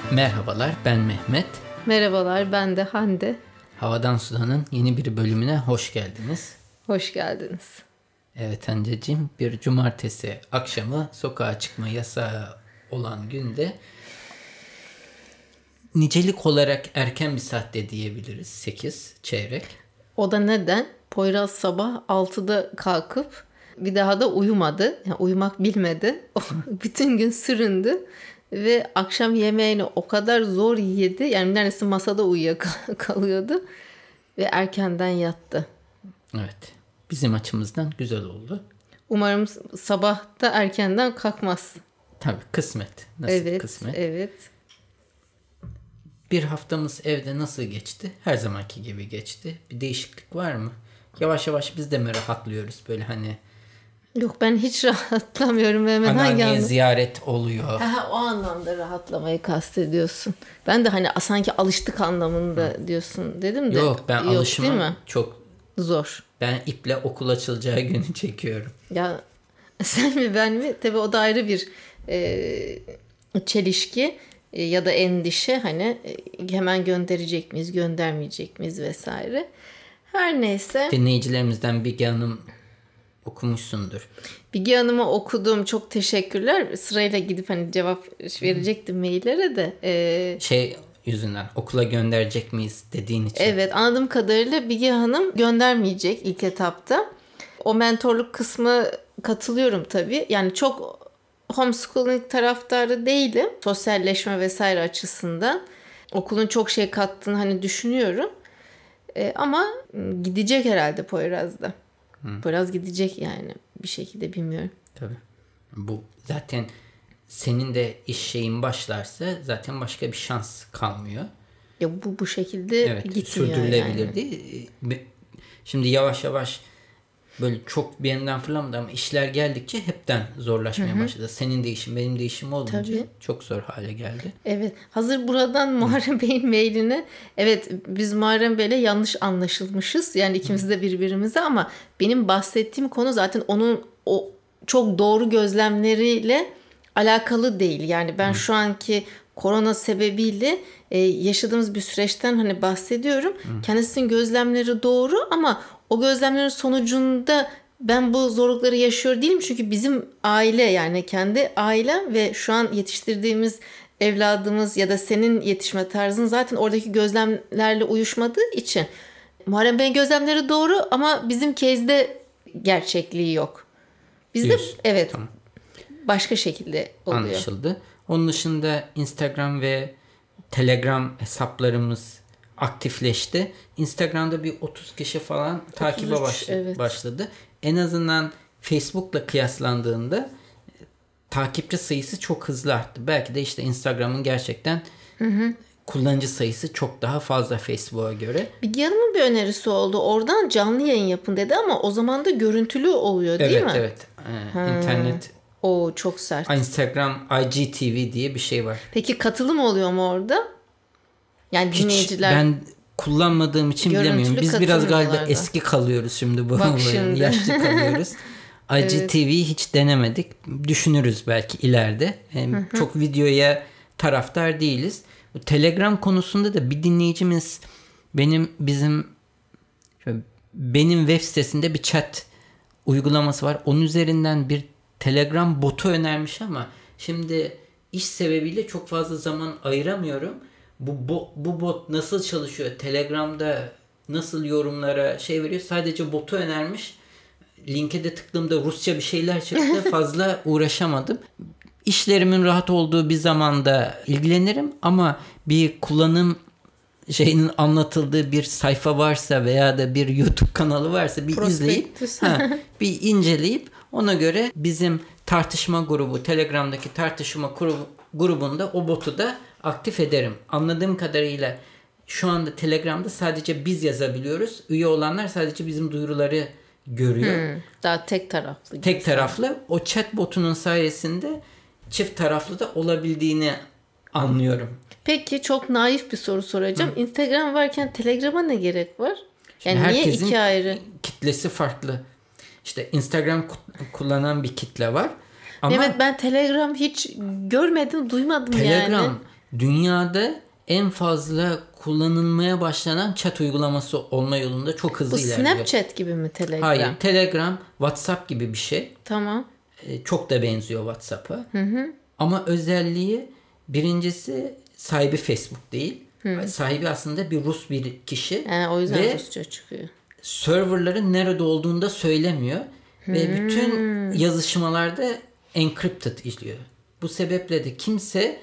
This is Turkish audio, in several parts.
Merhabalar, ben Mehmet. Merhabalar, ben de Hande. Havadan Sudan'ın yeni bir bölümüne hoş geldiniz. Hoş geldiniz. Evet Hande'cim, bir cumartesi akşamı sokağa çıkma yasağı olan günde nicelik olarak erken bir saatte diyebiliriz. 8 çeyrek. O da neden? Poyraz sabah 6'da kalkıp bir daha da uyumadı. Yani uyumak bilmedi. Bütün gün süründü. Ve akşam yemeğini o kadar zor yedi. Yani neredeyse masada uyuyakalıyordu. Ve erkenden yattı. Evet. Bizim açımızdan güzel oldu. Umarım sabah da erkenden kalkmaz. Tabii kısmet. Nasıl kısmet? Evet. Bir haftamız evde nasıl geçti? Her zamanki gibi geçti. Bir değişiklik var mı? Yavaş yavaş biz de mi rahatlıyoruz böyle hani? Yok, ben hiç rahatlamıyorum. Anneanneye ziyaret oluyor. O anlamda rahatlamayı kastediyorsun. Ben de hani sanki alıştık anlamında diyorsun dedim de. Yok, ben alışımı çok zor. Ben iple okul açılacağı günü çekiyorum. Ya sen mi ben mi? Tabii o da ayrı bir çelişki ya da endişe. Hani hemen gönderecek miyiz, göndermeyecek miyiz vesaire. Her neyse. Dinleyicilerimizden Bilge Hanım okumuşsundur. Bilge Hanım'ı okudum. Çok teşekkürler. Sırayla gidip hani cevap verecektim maillere de. Yüzünden okula gönderecek miyiz dediğin için. Evet, anladığım kadarıyla Bilge Hanım göndermeyecek ilk etapta. O mentorluk kısmı katılıyorum tabii. Yani çok homeschooling taraftarı değilim. Sosyalleşme vesaire açısından. Okulun çok şey kattığını hani düşünüyorum. Ama gidecek herhalde Poyraz'da. Poyraz gidecek yani bir şekilde, bilmiyorum. Tabii. Bu zaten senin de iş şeyin başlarsa zaten başka bir şans kalmıyor. Ya bu şekilde gitmiyor sürdürülebilir yani. değil. Şimdi yavaş yavaş böyle çok bir yandan fırlamadı ama işler geldikçe hepten zorlaşmaya başladı. Senin de işin, benim de işim olunca çok zor hale geldi. Evet. Hazır buradan Muharrem Bey'in mailine, evet biz Muharrem Bey'le yanlış anlaşılmışız. Yani ikimiz de birbirimize, ama benim bahsettiğim konu zaten onun o çok doğru gözlemleriyle alakalı değil. Yani ben şu anki korona sebebiyle yaşadığımız bir süreçten hani bahsediyorum. Kendisinin gözlemleri doğru ama o gözlemlerin sonucunda ben bu zorlukları yaşıyor değilim. Çünkü bizim aile, yani kendi ailem ve şu an yetiştirdiğimiz evladımız ya da senin yetişme tarzın zaten oradaki gözlemlerle uyuşmadığı için Muharrem Bey'in gözlemleri doğru ama bizim case'de gerçekliği yok. Bizde tamam. Başka şekilde oluyor. Anlaşıldı. Onun dışında Instagram ve Telegram hesaplarımız aktifleşti. Instagram'da bir 30 kişi falan takibe başladı. En azından Facebook'la kıyaslandığında takipçi sayısı çok hızlı arttı. Belki de işte Instagram'ın gerçekten kullanıcı sayısı çok daha fazla Facebook'a göre. Bir yanımın bir önerisi oldu. Oradan canlı yayın yapın dedi ama o zaman da görüntülü oluyor değil mi? Evet. İnternet. O çok sert. Instagram IGTV diye bir şey var. Peki katılım oluyor mu orada? Yani dinleyiciler... Ben kullanmadığım için bilemiyorum. Biz biraz galiba eski kalıyoruz şimdi bu. Şimdi. Yaşlı kalıyoruz. IGTV'yi hiç denemedik. Düşünürüz belki ileride. Çok videoya taraftar değiliz. Bu Telegram konusunda da bir dinleyicimiz benim web sitesinde bir chat uygulaması var. Onun üzerinden bir Telegram botu önermiş ama şimdi iş sebebiyle çok fazla zaman ayıramıyorum. Bu bot nasıl çalışıyor? Telegram'da nasıl yorumlara veriyor? Sadece botu önermiş. Linke de tıkladığımda Rusça bir şeyler çıktı. Fazla uğraşamadım. İşlerimin rahat olduğu bir zamanda ilgilenirim ama bir kullanım şeyinin anlatıldığı bir sayfa varsa veya da bir YouTube kanalı varsa bir izleyip bir inceleyip ona göre bizim tartışma grubu, Telegram'daki tartışma grubunda o botu da aktif ederim. Anladığım kadarıyla şu anda Telegram'da sadece biz yazabiliyoruz. Üye olanlar sadece bizim duyuruları görüyor. Daha tek taraflı. Tek taraflı. O chat botunun sayesinde çift taraflı da olabildiğini anlıyorum. Peki çok naif bir soru soracağım. Instagram varken Telegram'a ne gerek var? Yani şimdi niye iki ayrı? Herkesin kitlesi farklı. İşte Instagram kullanan bir kitle var. Ama evet, ben Telegram hiç görmedim, duymadım Telegram, yani. dünyada en fazla kullanılmaya başlanan chat uygulaması olma yolunda çok hızlı Bu ilerliyor. Snapchat gibi mi Telegram? Hayır, Telegram, WhatsApp gibi bir şey. Tamam. Çok da benziyor WhatsApp'a. Ama özelliği, birincisi sahibi Facebook değil. Sahibi aslında bir Rus bir kişi. O yüzden ve Rusça çıkıyor. serverların nerede olduğunu da söylemiyor. Ve bütün yazışmalarda encrypted işliyor. Bu sebeple de kimse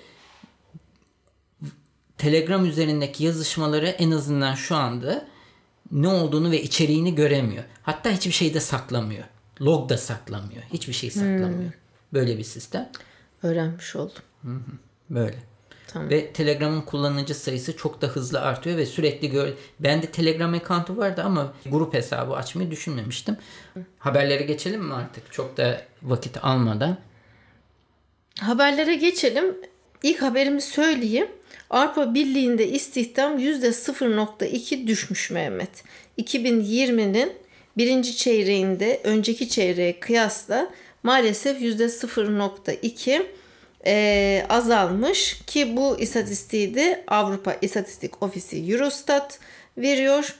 Telegram üzerindeki yazışmaları, en azından şu anda, ne olduğunu ve içeriğini göremiyor. Hatta hiçbir şey de saklamıyor. Log da saklamıyor. Hiçbir şey saklamıyor. Böyle bir sistem. Öğrenmiş oldum. Böyle. Tamam. Ve Telegram'ın kullanıcı sayısı çok da hızlı artıyor ve sürekli bende Telegram account'u vardı ama grup hesabı açmayı düşünmemiştim. Haberlere geçelim mi artık? Çok da vakit almadan. Haberlere geçelim. İlk haberimi söyleyeyim. Avrupa Birliği'nde istihdam %0.2 düşmüş Mehmet. 2020'nin birinci çeyreğinde önceki çeyreğe kıyasla maalesef %0.2 azalmış ki bu istatistiği de Avrupa İstatistik Ofisi Eurostat veriyor.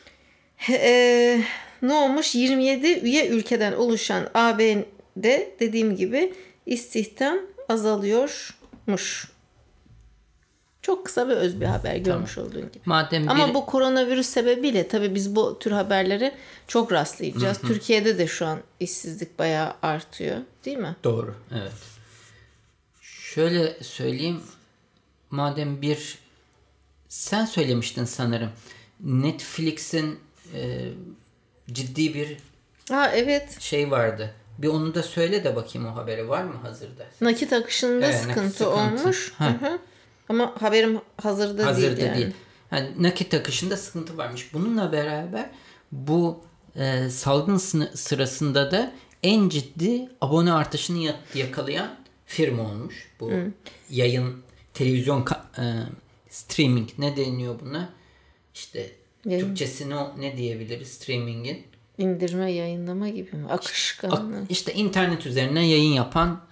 Ne olmuş? 27 üye ülkeden oluşan AB'de dediğim gibi istihdam azalıyormuş. Çok kısa ve öz bir haber görmüş olduğun gibi. Ama bu koronavirüs sebebiyle tabii biz bu tür haberlere çok rastlayacağız. Türkiye'de de şu an işsizlik bayağı artıyor, değil mi? Doğru, evet. Şöyle söyleyeyim. Madem sen söylemiştin sanırım. Netflix'in ciddi bir evet. şey vardı. Bir onu da söyle de bakayım, o haberi var mı hazırda? Nakit akışında sıkıntı olmuş. Ama haberim hazırda değil yani. Yani nakit akışında sıkıntı varmış. Bununla beraber bu salgın sırasında da en ciddi abone artışını yakalayan firma olmuş. Bu yayın, televizyon streaming, ne deniyor buna? İşte Türkçesini ne diyebiliriz streamingin? İndirme, yayınlama gibi mi? Akışkanlığı. İşte internet üzerinden yayın yapan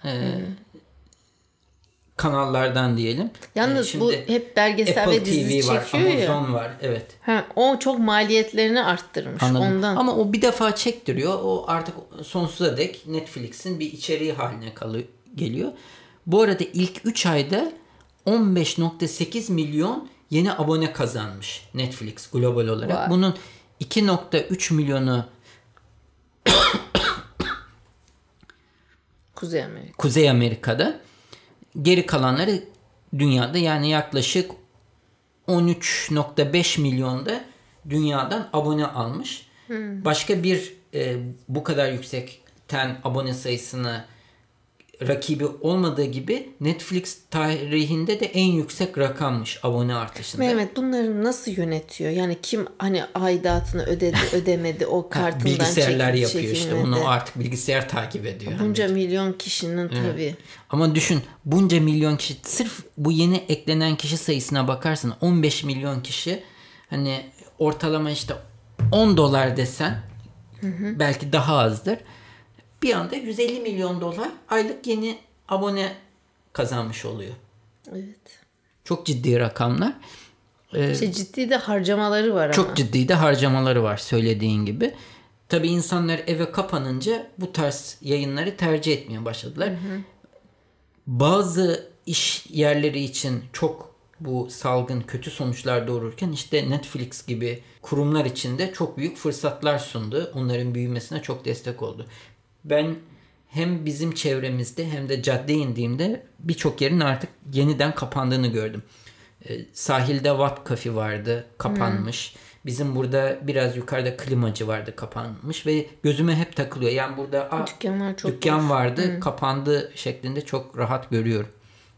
kanallardan diyelim. Yalnız bu hep belgesel Apple ve dizi TV var, çekiyor ya. Amazon var, evet. O çok maliyetlerini arttırmış. Anladım. Ondan. Ama o bir defa çektiriyor. O artık sonsuza dek Netflix'in bir içeriği haline geliyor. Bu arada ilk 3 ayda 15.8 milyon yeni abone kazanmış Netflix global olarak. Vay. Bunun 2.3 milyonu Kuzey Amerika'da. Geri kalanları dünyada, yani yaklaşık 13.5 milyonda dünyadan abone almış. Başka bir bu kadar yüksekten abone sayısına rakibi olmadığı gibi Netflix tarihinde de en yüksek rakammış abone artışında. Mehmet, bunları nasıl yönetiyor? Yani kim hani aidatını ödemedi o kartından bilgisayarlar yapıyor işte. Onu artık bilgisayar takip ediyor. Bunca milyon kişinin tabii. Ama düşün, bunca milyon kişi, sırf bu yeni eklenen kişi sayısına bakarsan 15 milyon kişi, hani ortalama işte $10 desen belki daha azdır. Bir anda 150 milyon dolar aylık yeni abone kazanmış oluyor. Evet. Çok ciddi rakamlar. Ciddi de harcamaları var ama. Çok ciddi de harcamaları var söylediğin gibi. Tabii insanlar eve kapanınca bu tarz yayınları tercih etmeye başladılar. Bazı iş yerleri için çok bu salgın kötü sonuçlar doğururken işte Netflix gibi kurumlar için de çok büyük fırsatlar sundu. Onların büyümesine çok destek oldu. Ben hem bizim çevremizde hem de caddeye indiğimde birçok yerin artık yeniden kapandığını gördüm. Sahilde Watt Cafe vardı, kapanmış. Bizim burada biraz yukarıda klimacı vardı, kapanmış ve gözüme hep takılıyor. Yani burada dükkan vardı, kapandı şeklinde çok rahat görüyorum.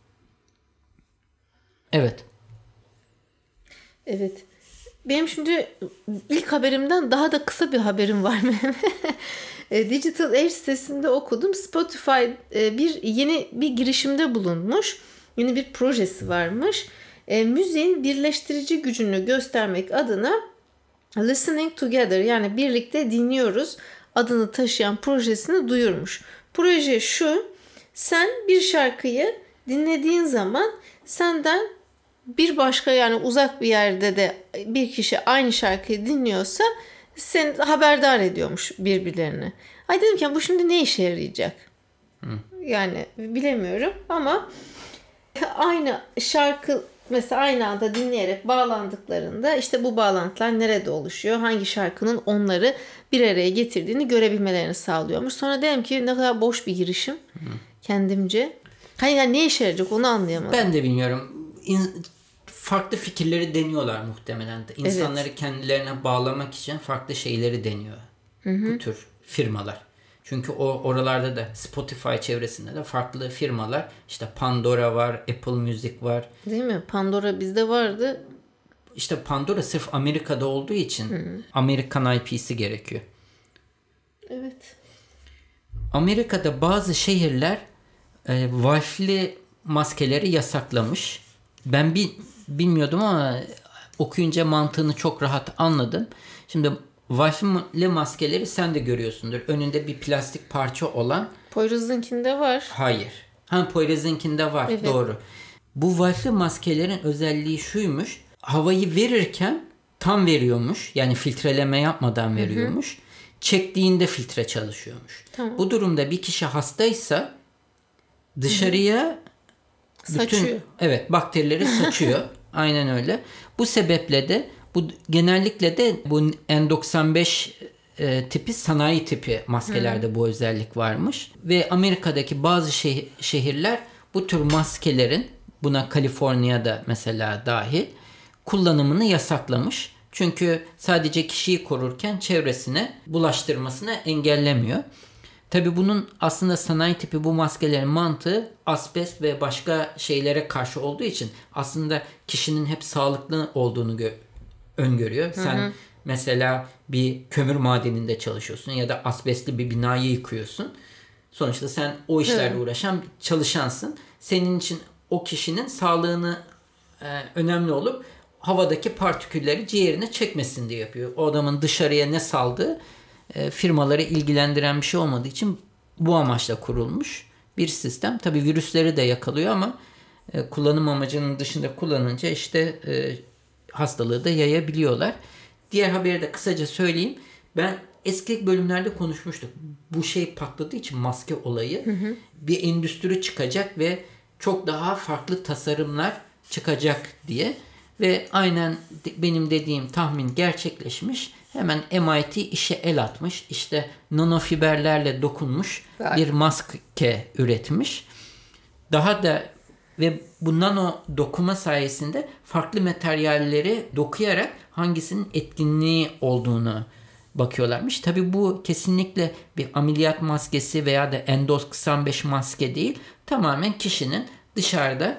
Evet. Evet. Benim şimdi ilk haberimden daha da kısa bir haberim var Mehmet. Digital Age sitesinde okudum. Spotify yeni bir girişimde bulunmuş. Yeni bir projesi varmış. Müziğin birleştirici gücünü göstermek adına Listening Together, yani birlikte dinliyoruz adını taşıyan projesini duyurmuş. Proje şu: sen bir şarkıyı dinlediğin zaman senden bir başka, yani uzak bir yerde de bir kişi aynı şarkıyı dinliyorsa seni haberdar ediyormuş birbirlerini. Ay dedim ki bu şimdi ne işe yarayacak? Yani bilemiyorum ama aynı şarkı mesela aynı anda dinleyerek bağlandıklarında işte bu bağlantılar nerede oluşuyor? Hangi şarkının onları bir araya getirdiğini görebilmelerini sağlıyormuş. Sonra dedim ki ne kadar boş bir girişim kendimce. Hani yani ne işe yarayacak onu anlayamadım. Ben de bilmiyorum. Farklı fikirleri deniyorlar muhtemelen de. İnsanları kendilerine bağlamak için farklı şeyleri deniyor. Bu tür firmalar. Çünkü oralarda da Spotify çevresinde de farklı firmalar. İşte Pandora var, Apple Music var. Değil mi? Pandora bizde vardı. İşte Pandora sırf Amerika'da olduğu için Amerikan IP'si gerekiyor. Evet. Amerika'da bazı şehirler Wi-Fi'li maskeleri yasaklamış. Ben bilmiyordum ama okuyunca mantığını çok rahat anladım. Şimdi Wi-Fi'li maskeleri sen de görüyorsundur. Önünde bir plastik parça olan. Poyraz'ınkinde var. Hayır. Poyraz'ınkinde var. Evet. Doğru. Bu Wi-Fi maskelerin özelliği şuymuş. Havayı verirken tam veriyormuş. Yani filtreleme yapmadan veriyormuş. Çektiğinde filtre çalışıyormuş. Tamam. Bu durumda bir kişi hastaysa dışarıya saçıyor. Evet, bakterileri saçıyor. Aynen öyle. Bu sebeple de genellikle de bu N95 tipi sanayi tipi maskelerde bu özellik varmış. Ve Amerika'daki bazı şehirler bu tür maskelerin, buna Kaliforniya'da mesela dahil, kullanımını yasaklamış. Çünkü sadece kişiyi korurken çevresine bulaştırmasını engellemiyor. Tabii bunun aslında sanayi tipi bu maskelerin mantığı asbest ve başka şeylere karşı olduğu için aslında kişinin hep sağlıklı olduğunu öngörüyor. Sen mesela bir kömür madeninde çalışıyorsun ya da asbestli bir binayı yıkıyorsun. Sonuçta sen o işlerle uğraşan çalışansın. Senin için o kişinin sağlığını önemli olup havadaki partikülleri ciğerine çekmesin diye yapıyor. O adamın dışarıya ne saldığı firmaları ilgilendiren bir şey olmadığı için bu amaçla kurulmuş bir sistem. Tabii virüsleri de yakalıyor ama kullanım amacının dışında kullanınca işte hastalığı da yayabiliyorlar. Diğer haberi de kısaca söyleyeyim. Ben eski bölümlerde konuşmuştuk. Bu şey patladığı için maske olayı bir endüstri çıkacak ve çok daha farklı tasarımlar çıkacak diye. Ve aynen benim dediğim tahmin gerçekleşmiş. Hemen MIT işe el atmış. İşte nanofiberlerle dokunmuş bir maske üretmiş. Daha da ve bu nano dokuma sayesinde farklı materyalleri dokuyarak hangisinin etkinliği olduğunu bakıyorlarmış. Tabii bu kesinlikle bir ameliyat maskesi veya da N95 maske değil. Tamamen kişinin dışarıda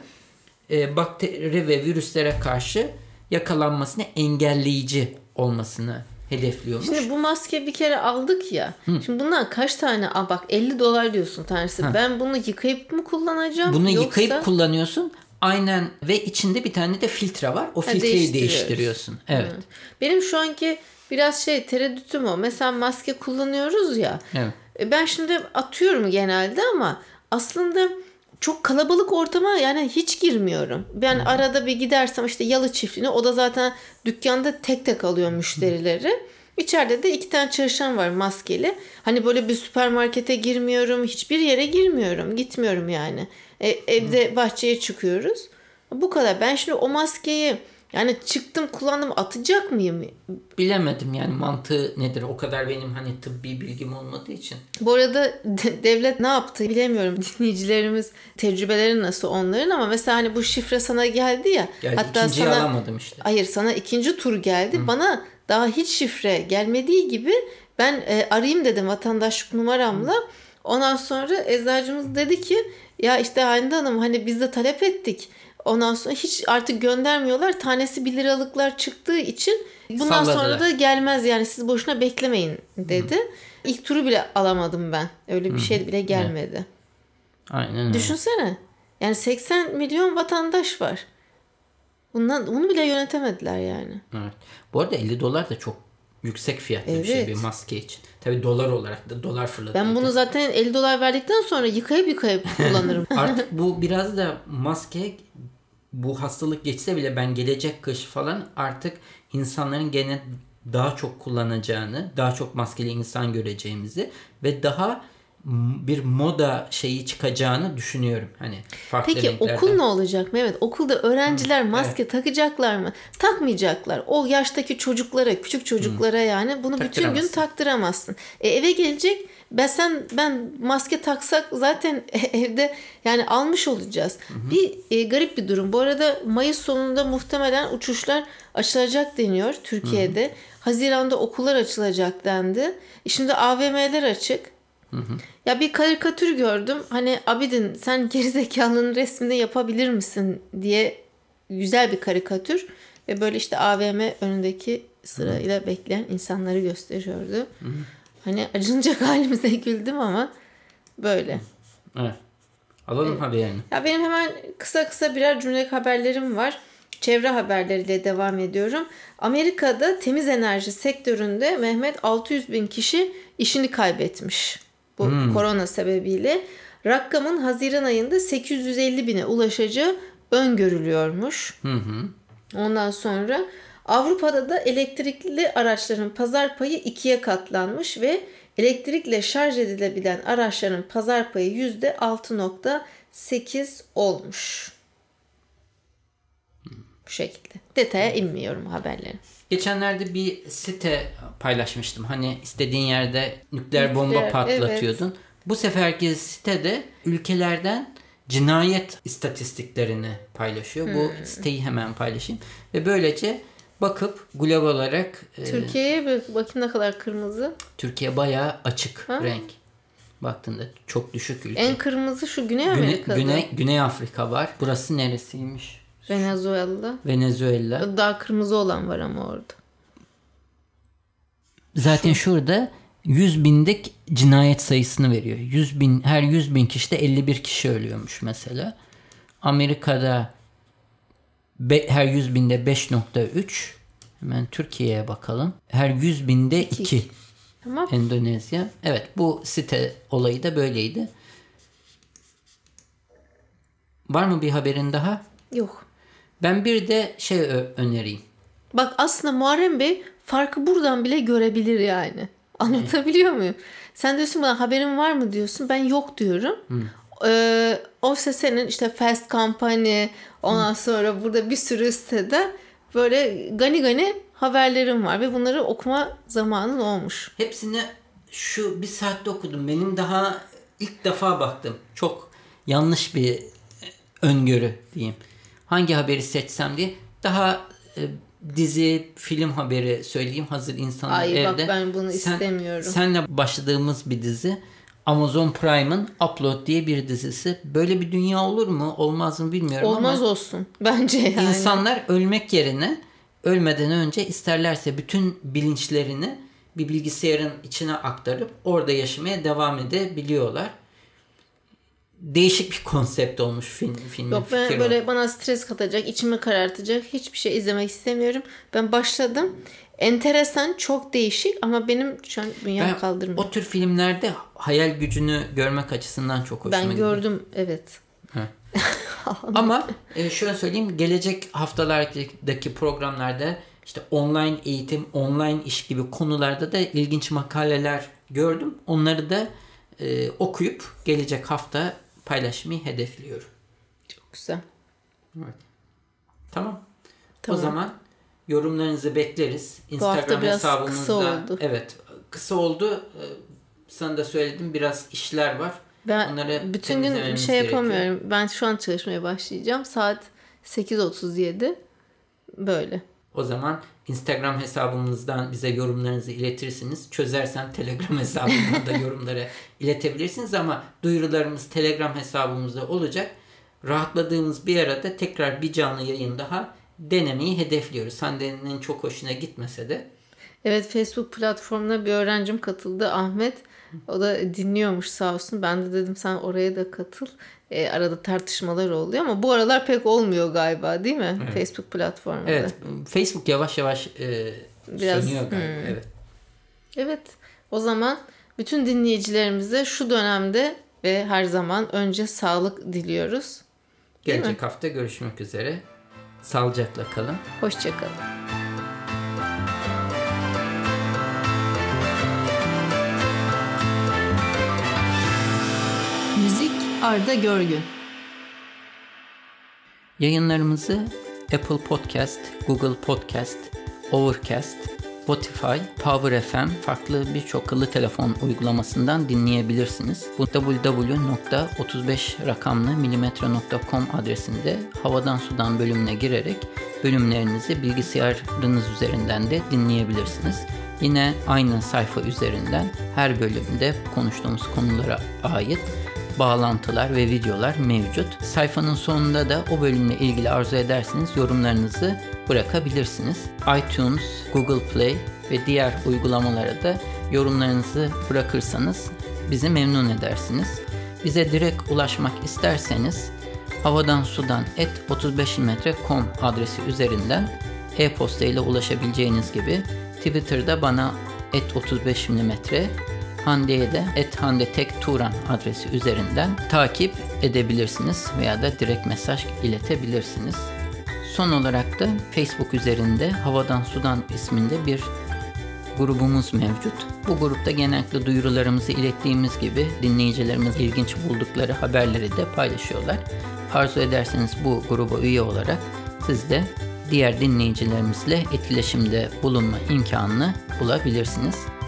bakteri ve virüslere karşı yakalanmasını engelleyici olmasını hedefliyormuş. Şimdi bu maske bir kere aldık ya. Şimdi bundan kaç tane? Bak $50 diyorsun tanesi. Ben bunu yıkayıp mı kullanacağım? Bunu yıkayıp kullanıyorsun. Aynen ve içinde bir tane de filtre var. O filtreyi değiştiriyorsun. Evet. Benim şu anki biraz tereddütüm o. Mesela maske kullanıyoruz ya. Evet. Ben şimdi atıyorum genelde ama aslında çok kalabalık ortama yani hiç girmiyorum. Ben arada bir gidersem işte Yalı Çiftliği'ne, o da zaten dükkanda tek tek alıyor müşterileri. İçeride de 2 tane çalışan var maskeli. Hani böyle bir süpermarkete girmiyorum. Hiçbir yere girmiyorum. Gitmiyorum yani. Evde bahçeye çıkıyoruz. Bu kadar. Ben şimdi o maskeyi yani çıktım kullandım atacak mıyım? Bilemedim yani mantığı nedir? O kadar benim hani tıbbi bilgim olmadığı için. Bu arada devlet ne yaptı bilemiyorum. Dinleyicilerimiz tecrübeleri nasıl onların, ama mesela hani bu şifre sana geldi ya. Hatta ikinciyi sana alamadım işte. Hayır, sana ikinci tur geldi. Bana daha hiç şifre gelmediği gibi ben arayayım dedim vatandaşlık numaramla. Ondan sonra eczacımız dedi ki ya işte Hande Hanım hani biz de talep ettik. Ondan sonra hiç artık göndermiyorlar. Tanesi 1 liralıklar çıktığı için bundan sonra da gelmez yani siz boşuna beklemeyin dedi. İlk turu bile alamadım ben. Öyle bir şey bile gelmedi. Evet. Aynen öyle. Düşünsene. Yani 80 milyon vatandaş var. Bunu bile yönetemediler yani. Evet. Bu arada $50 da çok yüksek fiyatlı bir şey bir maske için. Tabii dolar olarak da dolar fırladı. Ben bunu zaten $50 verdikten sonra yıkayıp kullanırım. Artık bu biraz da maske, bu hastalık geçse bile ben gelecek kış falan artık insanların gene daha çok kullanacağını, daha çok maskeli insan göreceğimizi ve daha bir moda şeyi çıkacağını düşünüyorum. Hani farklı Peki renklerden. okul ne olacak Mehmet? Okulda öğrenciler maske takacaklar mı? Takmayacaklar. O yaştaki çocuklara, küçük çocuklara yani bunu bütün gün taktıramazsın. Eve gelecek ben maske taksak zaten evde yani almış olacağız. Bir garip bir durum. Bu arada Mayıs sonunda muhtemelen uçuşlar açılacak deniyor Türkiye'de. Haziran'da okullar açılacak dendi. Şimdi AVM'ler açık. Ya bir karikatür gördüm. Hani Abidin sen gerizekalının resmini yapabilir misin diye güzel bir karikatür. Ve böyle işte AVM önündeki sırayla bekleyen insanları gösteriyordu. Hani acınacak halimize güldüm ama böyle. Evet. Alalım haberini. Ya benim hemen kısa birer cümlelik haberlerim var. Çevre haberleriyle devam ediyorum. Amerika'da temiz enerji sektöründe Mehmet 600.000 kişi işini kaybetmiş. Bu korona sebebiyle. Rakamın Haziran ayında 850.000'e ulaşacağı öngörülüyormuş. Ondan sonra Avrupa'da da elektrikli araçların pazar payı 2'ye katlanmış ve elektrikle şarj edilebilen araçların pazar payı %6.8 olmuş. Bu şekilde. Detaya inmiyorum haberlerin. Geçenlerde bir site paylaşmıştım. Hani istediğin yerde nükleer bomba patlatıyordun. Evet. Bu seferki sitede ülkelerden cinayet istatistiklerini paylaşıyor. Bu siteyi hemen paylaşayım. Ve böylece bakıp global olarak Türkiye'ye bakayım ne kadar kırmızı. Türkiye bayağı açık renk. Baktığında çok düşük ülke. En kırmızı şu Güney Amerika'da. Güney Afrika var. Burası neresiymiş? Venezuela. Daha kırmızı olan var ama orada. Zaten şurada 100.000'lik cinayet sayısını veriyor. Her 100.000 kişide 51 kişi ölüyormuş mesela. Amerika'da her 100.000'de 5.3. Hemen Türkiye'ye bakalım. Her 100.000'de 2. Tamam. Endonezya. Evet, bu site olayı da böyleydi. Var mı bir haberin daha? Yok. Ben bir de önereyim. Bak aslında Muharrem Bey farkı buradan bile görebilir yani. Anlatabiliyor muyum? Sen diyorsun bana haberin var mı diyorsun. Ben yok diyorum. O senin işte Fast Company ondan sonra burada bir sürü sitede böyle gani haberlerim var ve bunları okuma zamanın olmuş. Hepsini şu bir saatte okudum. Benim daha ilk defa baktım. Çok yanlış bir öngörü diyeyim. Hangi haberi seçsem diye. Daha dizi, film haberi söyleyeyim. Hazır insanlar evde. Bak ben bunu istemiyorum. Senle başladığımız bir dizi. Amazon Prime'ın Upload diye bir dizisi. Böyle bir dünya olur mu? Olmaz mı bilmiyorum Olmaz ama olsun. Bence yani. İnsanlar ölmek yerine ölmeden önce isterlerse bütün bilinçlerini bir bilgisayarın içine aktarıp orada yaşamaya devam edebiliyorlar. Değişik bir konsept olmuş filmin. Yok ben böyle bana stres katacak, içimi karartacak hiçbir şey izlemek istemiyorum. Ben başladım. Enteresan, çok değişik ama benim şu an dünya kaldırmıyor. O tür filmlerde hayal gücünü görmek açısından çok hoşuma gidiyor. Ben gördüm, evet. Ama şöyle söyleyeyim, gelecek haftalardaki programlarda işte online eğitim, online iş gibi konularda da ilginç makaleler gördüm. Onları da okuyup gelecek hafta paylaşmayı hedefliyorum. Çok güzel. Evet. Tamam. O zaman yorumlarınızı bekleriz. Instagram hesabımızda. Kısa oldu. Evet, kısa oldu. Sana da söyledim, biraz işler var. Ben onları bütün gün yapamıyorum. Ben şu an çalışmaya başlayacağım. Saat 8.37. Böyle. O zaman Instagram hesabımızdan bize yorumlarınızı iletirsiniz. Çözersem Telegram hesabımdan da yorumları iletebilirsiniz ama duyurularımız Telegram hesabımızda olacak. Rahatladığımız bir arada tekrar bir canlı yayın daha denemeyi hedefliyoruz. Hande'nin çok hoşuna gitmese de. Evet, Facebook platformuna bir öğrencim katıldı, Ahmet. O da dinliyormuş sağ olsun. Ben de dedim sen oraya da katıl. Arada tartışmalar oluyor ama bu aralar pek olmuyor galiba, değil mi? Evet. Facebook platformunda. Evet. Facebook yavaş yavaş biraz sönüyor galiba. Evet. Evet, o zaman bütün dinleyicilerimize şu dönemde ve her zaman önce sağlık diliyoruz. Gelecek hafta görüşmek üzere. Sağlıcakla kalın. Hoşça kalın. Müzik Arda Görgün. Yayınlarımızı Apple Podcast, Google Podcast, Overcast, Spotify, Power FM farklı birçok akıllı telefon uygulamasından dinleyebilirsiniz. Bu www.35rakamlı-mm.com adresinde Havadan Sudan bölümüne girerek bölümlerinizi bilgisayarınız üzerinden de dinleyebilirsiniz. Yine aynı sayfa üzerinden her bölümde konuştuğumuz konulara ait bağlantılar ve videolar mevcut. Sayfanın sonunda da o bölümle ilgili arzu ederseniz yorumlarınızı bırakabilirsiniz. iTunes, Google Play ve diğer uygulamalara da yorumlarınızı bırakırsanız bizi memnun edersiniz. Bize direkt ulaşmak isterseniz havadansudan@35mm.com adresi üzerinden e-posta ile ulaşabileceğiniz gibi Twitter'da bana @35mm, Hande'ye de @handetekturan adresi üzerinden takip edebilirsiniz veya da direkt mesaj iletebilirsiniz. Son olarak da Facebook üzerinde Havadan Sudan isminde bir grubumuz mevcut. Bu grupta genellikle duyurularımızı ilettiğimiz gibi dinleyicilerimiz ilginç buldukları haberleri de paylaşıyorlar. Arzu ederseniz bu gruba üye olarak siz de diğer dinleyicilerimizle etkileşimde bulunma imkanını bulabilirsiniz.